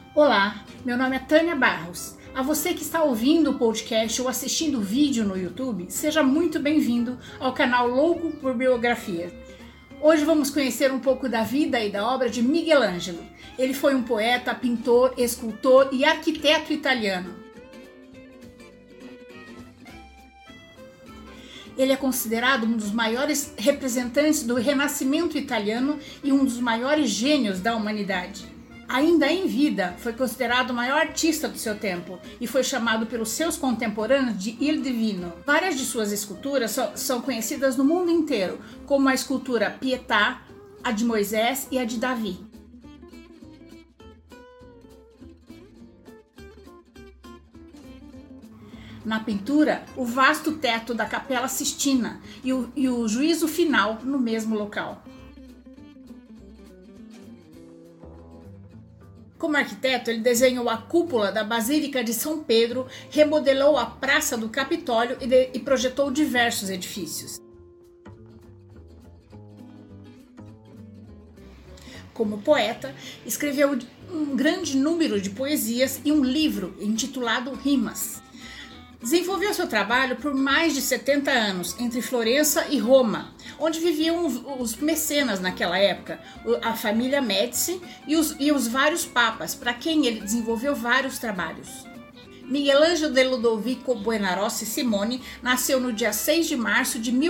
Olá, meu nome é Tânia Barros. A você que está ouvindo o podcast ou assistindo o vídeo no YouTube, seja muito bem-vindo ao canal Louco por Biografia. Hoje vamos conhecer um pouco da vida e da obra de Miguel Ângelo. Ele foi um poeta, pintor, escultor e arquiteto italiano. Ele é considerado um dos maiores representantes do Renascimento italiano e um dos maiores gênios da humanidade. Ainda em vida, foi considerado o maior artista do seu tempo e foi chamado pelos seus contemporâneos de Il Divino. Várias de suas esculturas são conhecidas no mundo inteiro, como a escultura Pietà, a de Moisés e a de Davi. Na pintura, o vasto teto da Capela Sistina e o juízo final no mesmo local. Como arquiteto, ele desenhou a cúpula da Basílica de São Pedro, remodelou a Praça do Capitólio e projetou diversos edifícios. Como poeta, escreveu um grande número de poesias e um livro intitulado Rimas. Desenvolveu seu trabalho por mais de 70 anos, entre Florença e Roma, onde viviam os mecenas naquela época, a família Médici e os vários papas, para quem ele desenvolveu vários trabalhos. Miguel Ângelo de Ludovico Buonarroti Simoni nasceu no dia 6 de março de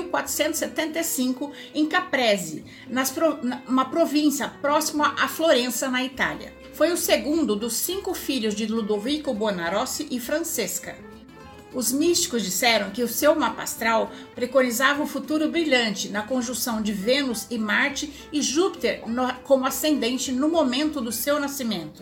1475 em Caprese, uma província próxima a Florença, na Itália. Foi o segundo dos 5 filhos de Ludovico Buonarroti e Francesca. Os místicos disseram que o seu mapa astral preconizava um futuro brilhante na conjunção de Vênus e Marte e Júpiter como ascendente no momento do seu nascimento.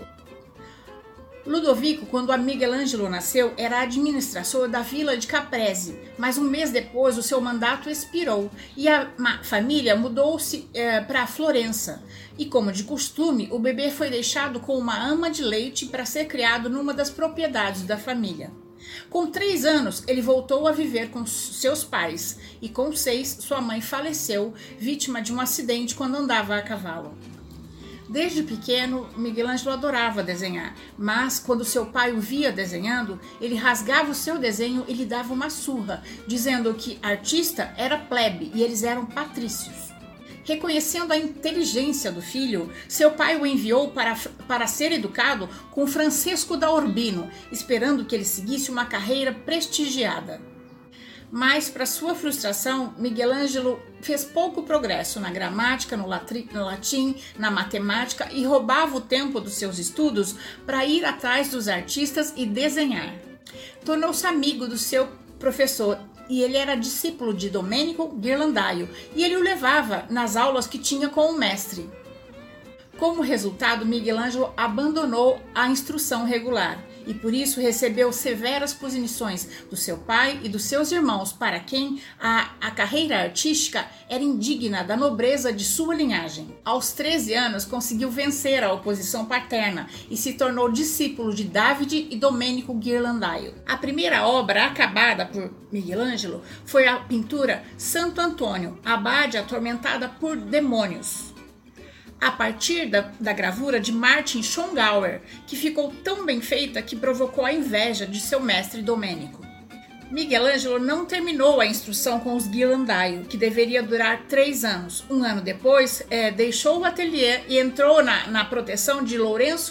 Ludovico, quando Miguel Ângelo nasceu, era administrador da vila de Caprese, mas um mês depois o seu mandato expirou e a família mudou-se para Florença. E como de costume, o bebê foi deixado com uma ama de leite para ser criado numa das propriedades da família. Com 3 anos, ele voltou a viver com seus pais e com 6, sua mãe faleceu, vítima de um acidente quando andava a cavalo. Desde pequeno, Miguel Ângelo adorava desenhar, mas quando seu pai o via desenhando, ele rasgava o seu desenho e lhe dava uma surra, dizendo que artista era plebe e eles eram patrícios. Reconhecendo a inteligência do filho, seu pai o enviou para ser educado com Francesco da Urbino, esperando que ele seguisse uma carreira prestigiada. Mas, para sua frustração, Miguel Ângelo fez pouco progresso na gramática, no latim, na matemática e roubava o tempo dos seus estudos para ir atrás dos artistas e desenhar. Tornou-se amigo do seu professor e ele era discípulo de Domenico Ghirlandaio e ele o levava nas aulas que tinha com o mestre. Como resultado, Miguel Ângelo abandonou a instrução regular e por isso recebeu severas punições do seu pai e dos seus irmãos, para quem a carreira artística era indigna da nobreza de sua linhagem. Aos 13 anos conseguiu vencer a oposição paterna e se tornou discípulo de Davide e Domenico Ghirlandaio. A primeira obra acabada por Miguel Ângelo foi a pintura Santo Antônio, abade atormentada por demônios, a partir da gravura de Martin Schongauer, que ficou tão bem feita que provocou a inveja de seu mestre Domenico. Miguel Ângelo não terminou a instrução com os Ghirlandaio, que deveria durar 3 anos. Um ano depois, deixou o ateliê e entrou na proteção de Lourenço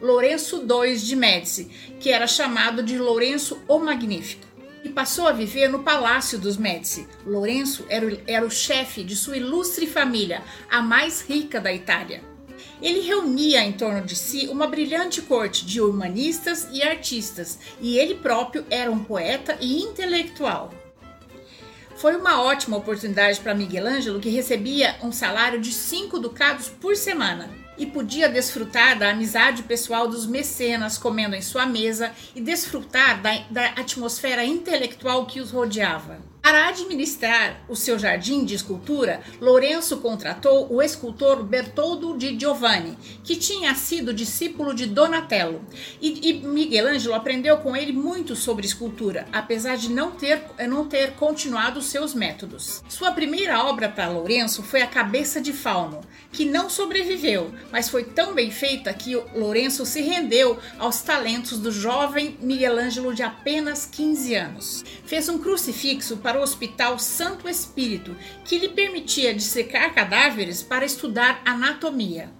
II de Médici, que era chamado de Lourenço o Magnífico, e passou a viver no Palácio dos Médici. Lourenço era o chefe de sua ilustre família, a mais rica da Itália. Ele reunia em torno de si uma brilhante corte de humanistas e artistas, e ele próprio era um poeta e intelectual. Foi uma ótima oportunidade para Miguel Ângelo, que recebia um salário de 5 ducados por semana e podia desfrutar da amizade pessoal dos mecenas comendo em sua mesa e desfrutar da atmosfera intelectual que os rodeava. Para administrar o seu jardim de escultura, Lourenço contratou o escultor Bertoldo di Giovanni, que tinha sido discípulo de Donatello, e Miguel Ângelo aprendeu com ele muito sobre escultura, apesar de não ter continuado seus métodos. Sua primeira obra para Lourenço foi a Cabeça de Fauno, que não sobreviveu, mas foi tão bem feita que Lourenço se rendeu aos talentos do jovem Miguel Ângelo de apenas 15 anos. Fez um crucifixo para o Hospital Santo Espírito, que lhe permitia dissecar cadáveres para estudar anatomia.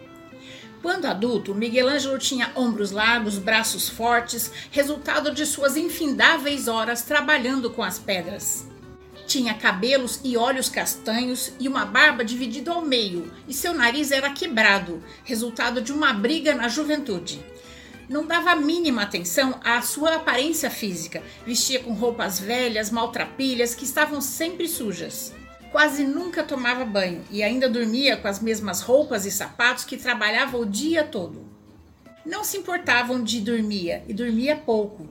Quando adulto, Miguel Ângelo tinha ombros largos, braços fortes, resultado de suas infindáveis horas trabalhando com as pedras. Tinha cabelos e olhos castanhos e uma barba dividida ao meio, e seu nariz era quebrado, resultado de uma briga na juventude. Não dava a mínima atenção à sua aparência física, vestia com roupas velhas, maltrapilhas, que estavam sempre sujas. Quase nunca tomava banho e ainda dormia com as mesmas roupas e sapatos que trabalhava o dia todo. Não se importava onde dormia e dormia pouco.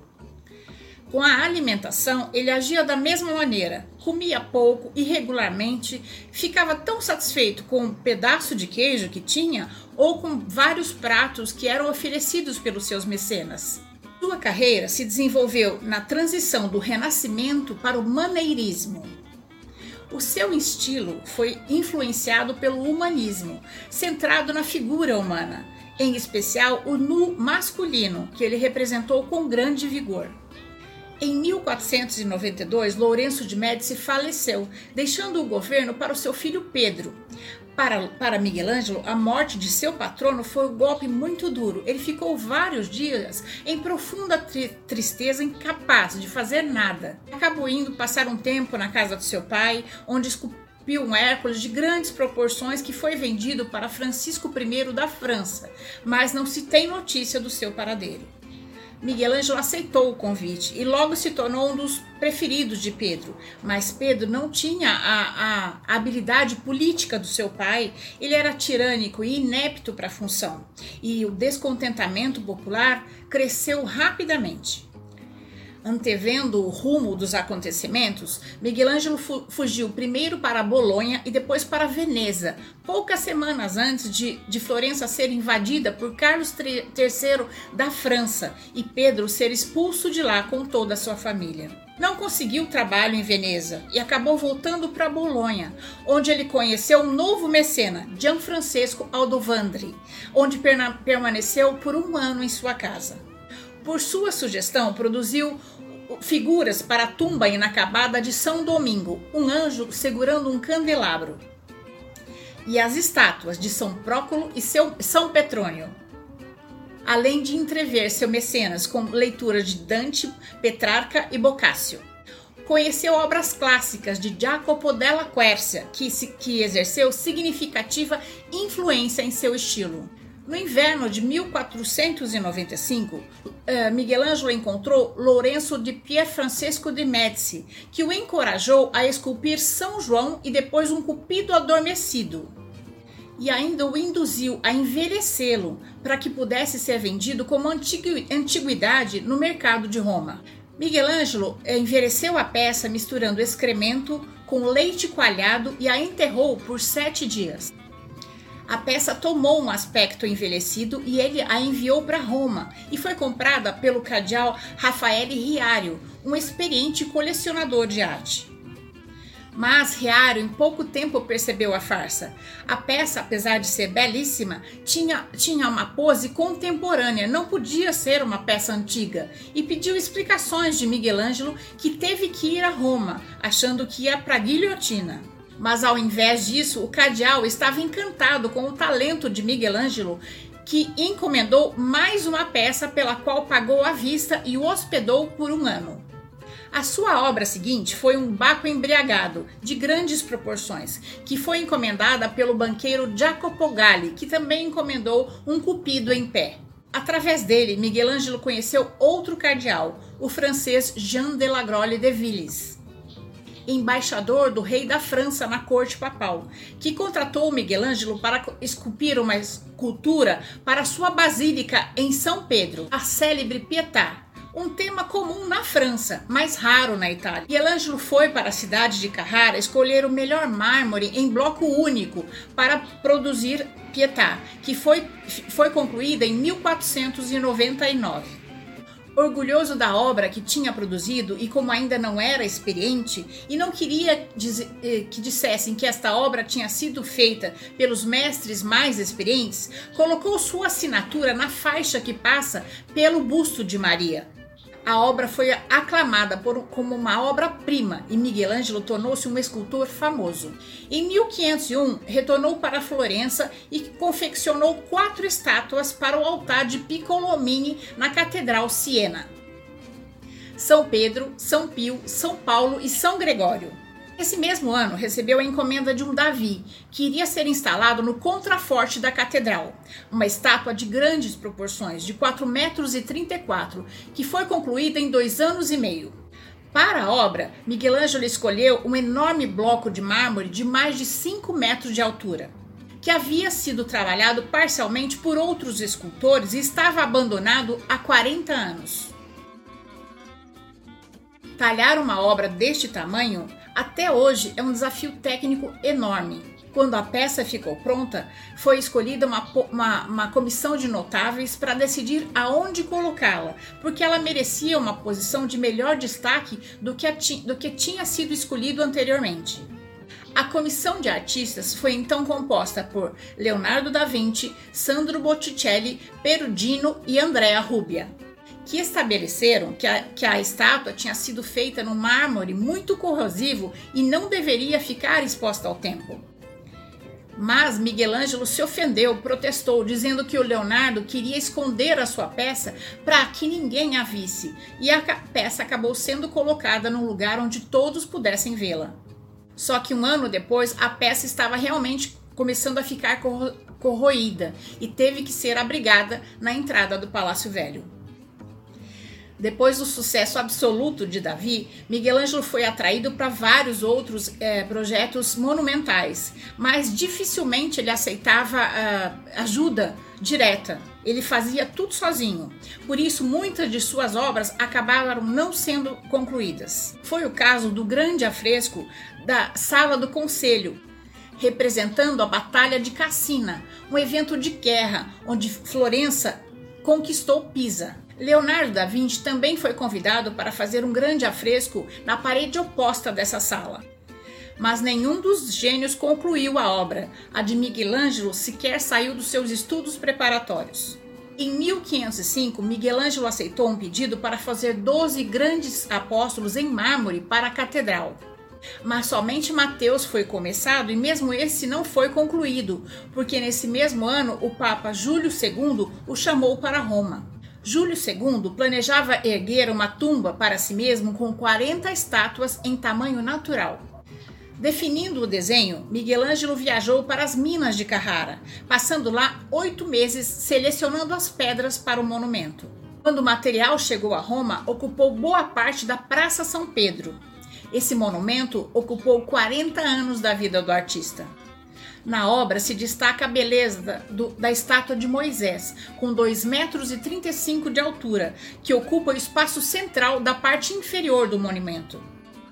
Com a alimentação, ele agia da mesma maneira, comia pouco, irregularmente, ficava tão satisfeito com um pedaço de queijo que tinha ou com vários pratos que eram oferecidos pelos seus mecenas. Sua carreira se desenvolveu na transição do Renascimento para o maneirismo. O seu estilo foi influenciado pelo humanismo, centrado na figura humana, em especial o nu masculino, que ele representou com grande vigor. Em 1492, Lourenço de Médici faleceu, deixando o governo para o seu filho Pedro. Para Miguel Ângelo, a morte de seu patrono foi um golpe muito duro. Ele ficou vários dias em profunda tristeza, incapaz de fazer nada. Acabou indo passar um tempo na casa do seu pai, onde esculpiu um Hércules de grandes proporções que foi vendido para Francisco I da França, mas não se tem notícia do seu paradeiro. Miguel Ângelo aceitou o convite e logo se tornou um dos preferidos de Pedro, mas Pedro não tinha a habilidade política do seu pai, ele era tirânico e inepto para a função, e o descontentamento popular cresceu rapidamente. Antevendo o rumo dos acontecimentos, Miguel Ângelo fugiu primeiro para Bolonha e depois para Veneza, poucas semanas antes de Florença ser invadida por Carlos III da França e Pedro ser expulso de lá com toda a sua família. Não conseguiu trabalho em Veneza e acabou voltando para Bolonha, onde ele conheceu um novo mecena, Gianfrancesco Aldovandri, onde permaneceu por um ano em sua casa. Por sua sugestão, produziu figuras para a tumba inacabada de São Domingo, um anjo segurando um candelabro, e as estátuas de São Próculo e São Petrônio, além de entrever seu mecenas com leitura de Dante, Petrarca e Boccaccio. Conheceu obras clássicas de Jacopo della Quercia, que exerceu significativa influência em seu estilo. No inverno de 1495, Miguel Ângelo encontrou Lourenço de Pierfrancesco de Médici, que o encorajou a esculpir São João e depois um Cupido adormecido. E ainda o induziu a envelhecê-lo para que pudesse ser vendido como antiguidade no mercado de Roma. Miguel Ângelo envelheceu a peça misturando excremento com leite coalhado e a enterrou por 7 dias. A peça tomou um aspecto envelhecido e ele a enviou para Roma e foi comprada pelo cardeal Raffaele Riario, um experiente colecionador de arte. Mas Riario em pouco tempo percebeu a farsa. A peça, apesar de ser belíssima, tinha uma pose contemporânea, não podia ser uma peça antiga, e pediu explicações de Miguel Ângelo, que teve que ir a Roma, achando que ia para a guilhotina. Mas ao invés disso, o cardeal estava encantado com o talento de Miguel Ângelo, que encomendou mais uma peça pela qual pagou à vista e o hospedou por um ano. A sua obra seguinte foi um Baco embriagado, de grandes proporções, que foi encomendada pelo banqueiro Jacopo Galli, que também encomendou um Cupido em pé. Através dele, Miguel Ângelo conheceu outro cardeal, o francês Jean de la Grolle de Villiers, embaixador do rei da França na corte papal, que contratou Miguel Ângelo para esculpir uma escultura para sua basílica em São Pedro, a célebre Pietà, um tema comum na França, mas raro na Itália. Michelangelo foi para a cidade de Carrara escolher o melhor mármore em bloco único para produzir Pietà, que foi concluída em 1499. Orgulhoso da obra que tinha produzido e como ainda não era experiente e não queria que dissessem que esta obra tinha sido feita pelos mestres mais experientes, colocou sua assinatura na faixa que passa pelo busto de Maria. A obra foi aclamada como uma obra-prima e Michelangelo tornou-se um escultor famoso. Em 1501, retornou para Florença e confeccionou 4 estátuas para o altar de Piccolomini na Catedral Siena: São Pedro, São Pio, São Paulo e São Gregório. Esse mesmo ano, recebeu a encomenda de um Davi, que iria ser instalado no contraforte da catedral, uma estátua de grandes proporções, de 4,34 metros, que foi concluída em 2 anos e meio. Para a obra, Michelangelo escolheu um enorme bloco de mármore de mais de 5 metros de altura, que havia sido trabalhado parcialmente por outros escultores e estava abandonado há 40 anos. Talhar uma obra deste tamanho até hoje é um desafio técnico enorme. Quando a peça ficou pronta, foi escolhida uma comissão de notáveis para decidir aonde colocá-la, porque ela merecia uma posição de melhor destaque do que tinha sido escolhido anteriormente. A comissão de artistas foi então composta por Leonardo da Vinci, Sandro Botticelli, Perugino e Andrea Rubbia, que estabeleceram que a estátua tinha sido feita num mármore muito corrosivo e não deveria ficar exposta ao tempo. Mas Michelangelo se ofendeu, protestou, dizendo que o Leonardo queria esconder a sua peça para que ninguém a visse, e a peça acabou sendo colocada num lugar onde todos pudessem vê-la. Só que 1 ano depois, a peça estava realmente começando a ficar corroída e teve que ser abrigada na entrada do Palácio Velho. Depois do sucesso absoluto de Davi, Michelangelo foi atraído para vários outros projetos monumentais, mas dificilmente ele aceitava ajuda direta. Ele fazia tudo sozinho. Por isso, muitas de suas obras acabaram não sendo concluídas. Foi o caso do grande afresco da Sala do Conselho, representando a Batalha de Cassina, um evento de guerra onde Florença conquistou Pisa. Leonardo da Vinci também foi convidado para fazer um grande afresco na parede oposta dessa sala. Mas nenhum dos gênios concluiu a obra. A de Michelangelo sequer saiu dos seus estudos preparatórios. Em 1505, Michelangelo aceitou um pedido para fazer 12 grandes apóstolos em mármore para a catedral. Mas somente Mateus foi começado e mesmo esse não foi concluído, porque nesse mesmo ano o Papa Júlio II o chamou para Roma. Júlio II planejava erguer uma tumba para si mesmo com 40 estátuas em tamanho natural. Definindo o desenho, Michelangelo viajou para as minas de Carrara, passando lá 8 meses selecionando as pedras para o monumento. Quando o material chegou a Roma, ocupou boa parte da Praça São Pedro. Esse monumento ocupou 40 anos da vida do artista. Na obra se destaca a beleza da estátua de Moisés, com 2,35 metros de altura, que ocupa o espaço central da parte inferior do monumento.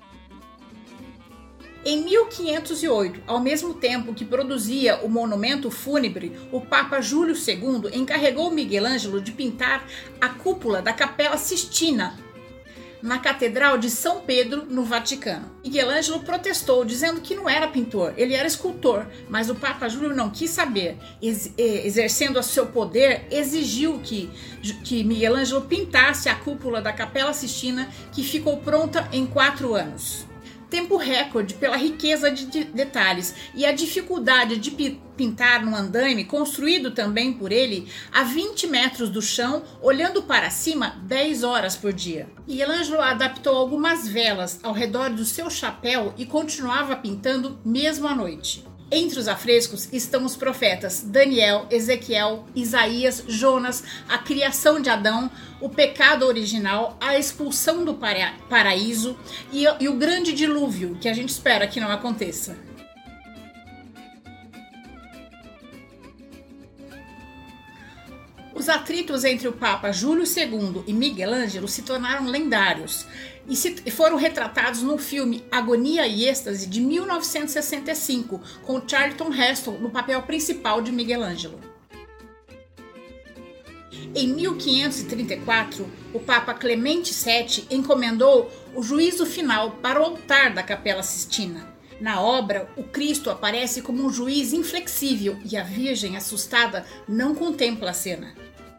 Em 1508, ao mesmo tempo que produzia o monumento fúnebre, o Papa Júlio II encarregou Michelangelo de pintar a cúpula da Capela Sistina, na Catedral de São Pedro, no Vaticano. Michelangelo protestou, dizendo que não era pintor, ele era escultor, mas o Papa Júlio não quis saber. Exercendo o seu poder, exigiu que Michelangelo pintasse a cúpula da Capela Sistina, que ficou pronta em 4 anos. Tempo recorde pela riqueza de detalhes e a dificuldade de pintar num andaime construído também por ele a 20 metros do chão, olhando para cima 10 horas por dia. Michelangelo adaptou algumas velas ao redor do seu chapéu e continuava pintando mesmo à noite. Entre os afrescos estão os profetas Daniel, Ezequiel, Isaías, Jonas, a criação de Adão, o pecado original, a expulsão do paraíso e o grande dilúvio, que a gente espera que não aconteça. Os atritos entre o Papa Júlio II e Miguel Ângelo se tornaram lendários e foram retratados no filme Agonia e Êxtase de 1965, com Charlton Heston no papel principal de Miguel Ângelo. Em 1534, o Papa Clemente VII encomendou o juízo final para o altar da Capela Sistina. Na obra, o Cristo aparece como um juiz inflexível e a Virgem, assustada, não contempla a cena.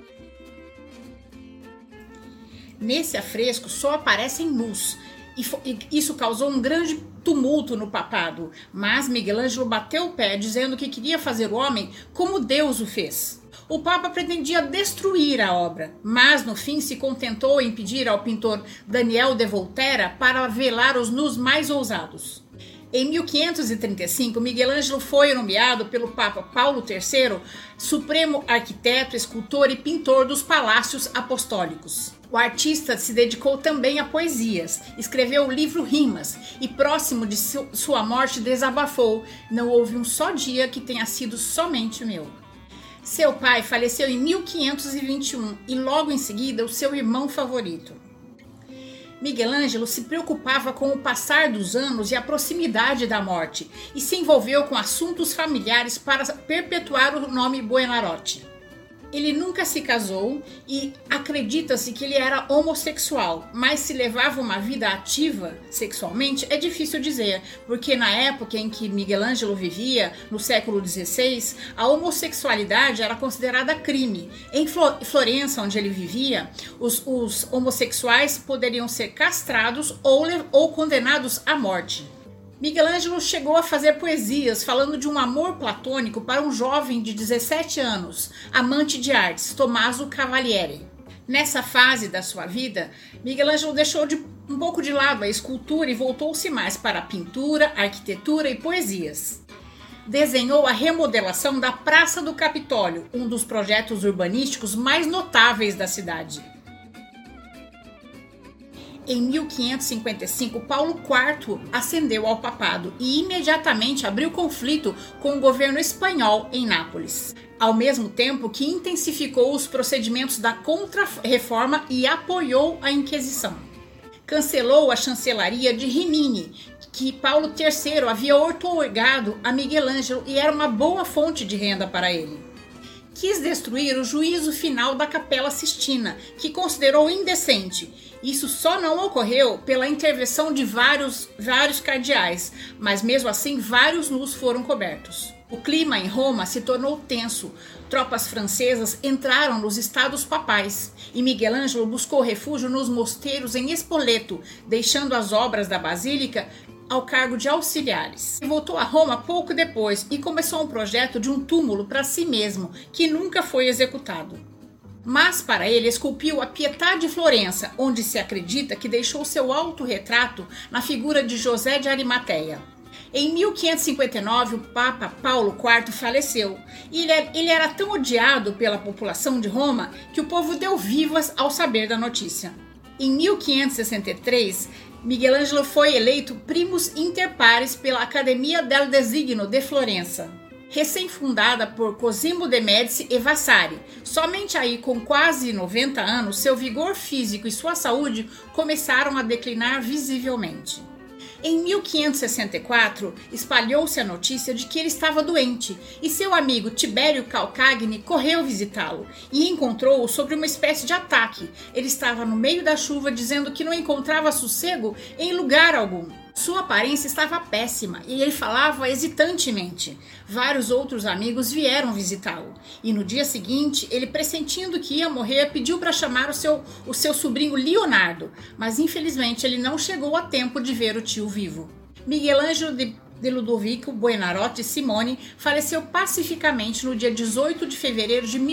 Nesse afresco só aparecem nus, e isso causou um grande tumulto no papado, mas Miguel Ângelo bateu o pé dizendo que queria fazer o homem como Deus o fez. O Papa pretendia destruir a obra, mas no fim se contentou em pedir ao pintor Daniel de Volterra para velar os nus mais ousados. Em 1535, Miguel Ângelo foi nomeado pelo Papa Paulo III supremo arquiteto, escultor e pintor dos palácios apostólicos. O artista se dedicou também a poesias, escreveu o livro Rimas e, próximo de sua morte, desabafou: "Não houve um só dia que tenha sido somente meu." Seu pai faleceu em 1521 e logo em seguida o seu irmão favorito. Miguel Ângelo se preocupava com o passar dos anos e a proximidade da morte e se envolveu com assuntos familiares para perpetuar o nome Buonarroti. Ele nunca se casou e acredita-se que ele era homossexual, mas se levava uma vida ativa sexualmente é difícil dizer, porque na época em que Miguel Ângelo vivia, no século XVI, a homossexualidade era considerada crime. Em Florença, onde ele vivia, os homossexuais poderiam ser castrados ou condenados à morte. Miguel Ângelo chegou a fazer poesias falando de um amor platônico para um jovem de 17 anos, amante de artes, Tommaso Cavalieri. Nessa fase da sua vida, Miguel Ângelo deixou um pouco de lado a escultura e voltou-se mais para a pintura, arquitetura e poesias. Desenhou a remodelação da Praça do Capitólio, um dos projetos urbanísticos mais notáveis da cidade. Em 1555, Paulo IV ascendeu ao papado e imediatamente abriu conflito com o governo espanhol em Nápoles, ao mesmo tempo que intensificou os procedimentos da Contra-Reforma e apoiou a Inquisição. Cancelou a chancelaria de Rimini, que Paulo III havia outorgado a Miguel Ângelo e era uma boa fonte de renda para ele. Quis destruir o juízo final da Capela Sistina, que considerou indecente. Isso só não ocorreu pela intervenção de vários cardeais, mas mesmo assim vários nus foram cobertos. O clima em Roma se tornou tenso. Tropas francesas entraram nos estados papais e Miguel Ângelo buscou refúgio nos mosteiros em Spoleto, deixando as obras da basílica ao cargo de auxiliares. Voltou a Roma pouco depois e começou um projeto de um túmulo para si mesmo, que nunca foi executado. Mas para ele esculpiu a Pietà de Florença, onde se acredita que deixou seu autorretrato na figura de José de Arimateia. Em 1559, o Papa Paulo IV faleceu e ele era tão odiado pela população de Roma que o povo deu vivas ao saber da notícia. Em 1563, Miguel Ângelo foi eleito primus inter pares pela Accademia del Designo de Florença, recém-fundada por Cosimo de Médici e Vasari. Somente aí, com quase 90 anos, seu vigor físico e sua saúde começaram a declinar visivelmente. Em 1564, espalhou-se a notícia de que ele estava doente e seu amigo Tibério Calcagni correu visitá-lo e encontrou-o sobre uma espécie de ataque. Ele estava no meio da chuva dizendo que não encontrava sossego em lugar algum. Sua aparência estava péssima e ele falava hesitantemente. Vários outros amigos vieram visitá-lo e no dia seguinte, ele, pressentindo que ia morrer, pediu para chamar o seu sobrinho Leonardo, mas infelizmente ele não chegou a tempo de ver o tio vivo. Miguel Ângelo de Ludovico Buonarroti Simone faleceu pacificamente no dia 18 de fevereiro de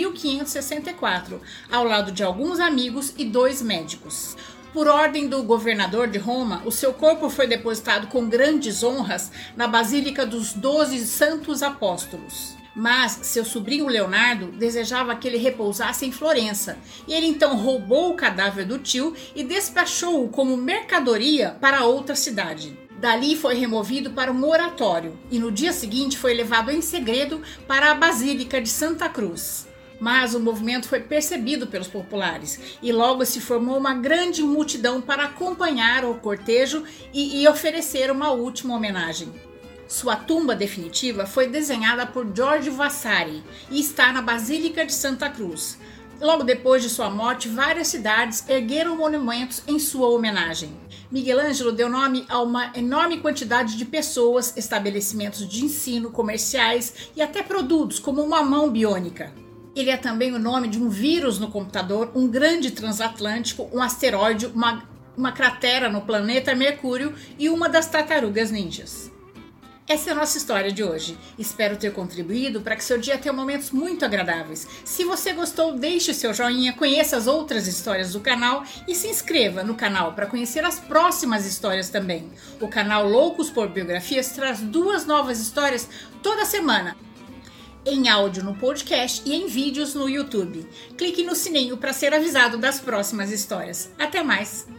1564, ao lado de alguns amigos e 2 médicos. Por ordem do governador de Roma, o seu corpo foi depositado com grandes honras na Basílica dos 12 Santos Apóstolos. Mas seu sobrinho Leonardo desejava que ele repousasse em Florença, e ele então roubou o cadáver do tio e despachou-o como mercadoria para outra cidade. Dali foi removido para um oratório, e no dia seguinte foi levado em segredo para a Basílica de Santa Cruz. Mas o movimento foi percebido pelos populares e logo se formou uma grande multidão para acompanhar o cortejo e oferecer uma última homenagem. Sua tumba definitiva foi desenhada por George Vasari e está na Basílica de Santa Cruz. Logo depois de sua morte, várias cidades ergueram monumentos em sua homenagem. Miguel Ângelo deu nome a uma enorme quantidade de pessoas, estabelecimentos de ensino, comerciais e até produtos, como uma mão biônica. Ele é também o nome de um vírus no computador, um grande transatlântico, um asteroide, uma cratera no planeta Mercúrio e uma das tartarugas ninjas. Essa é a nossa história de hoje. Espero ter contribuído para que seu dia tenha momentos muito agradáveis. Se você gostou, deixe o seu joinha, conheça as outras histórias do canal e se inscreva no canal para conhecer as próximas histórias também. O canal Loucos por Biografias traz 2 novas histórias toda semana, em áudio no podcast e em vídeos no YouTube. Clique no sininho para ser avisado das próximas histórias. Até mais!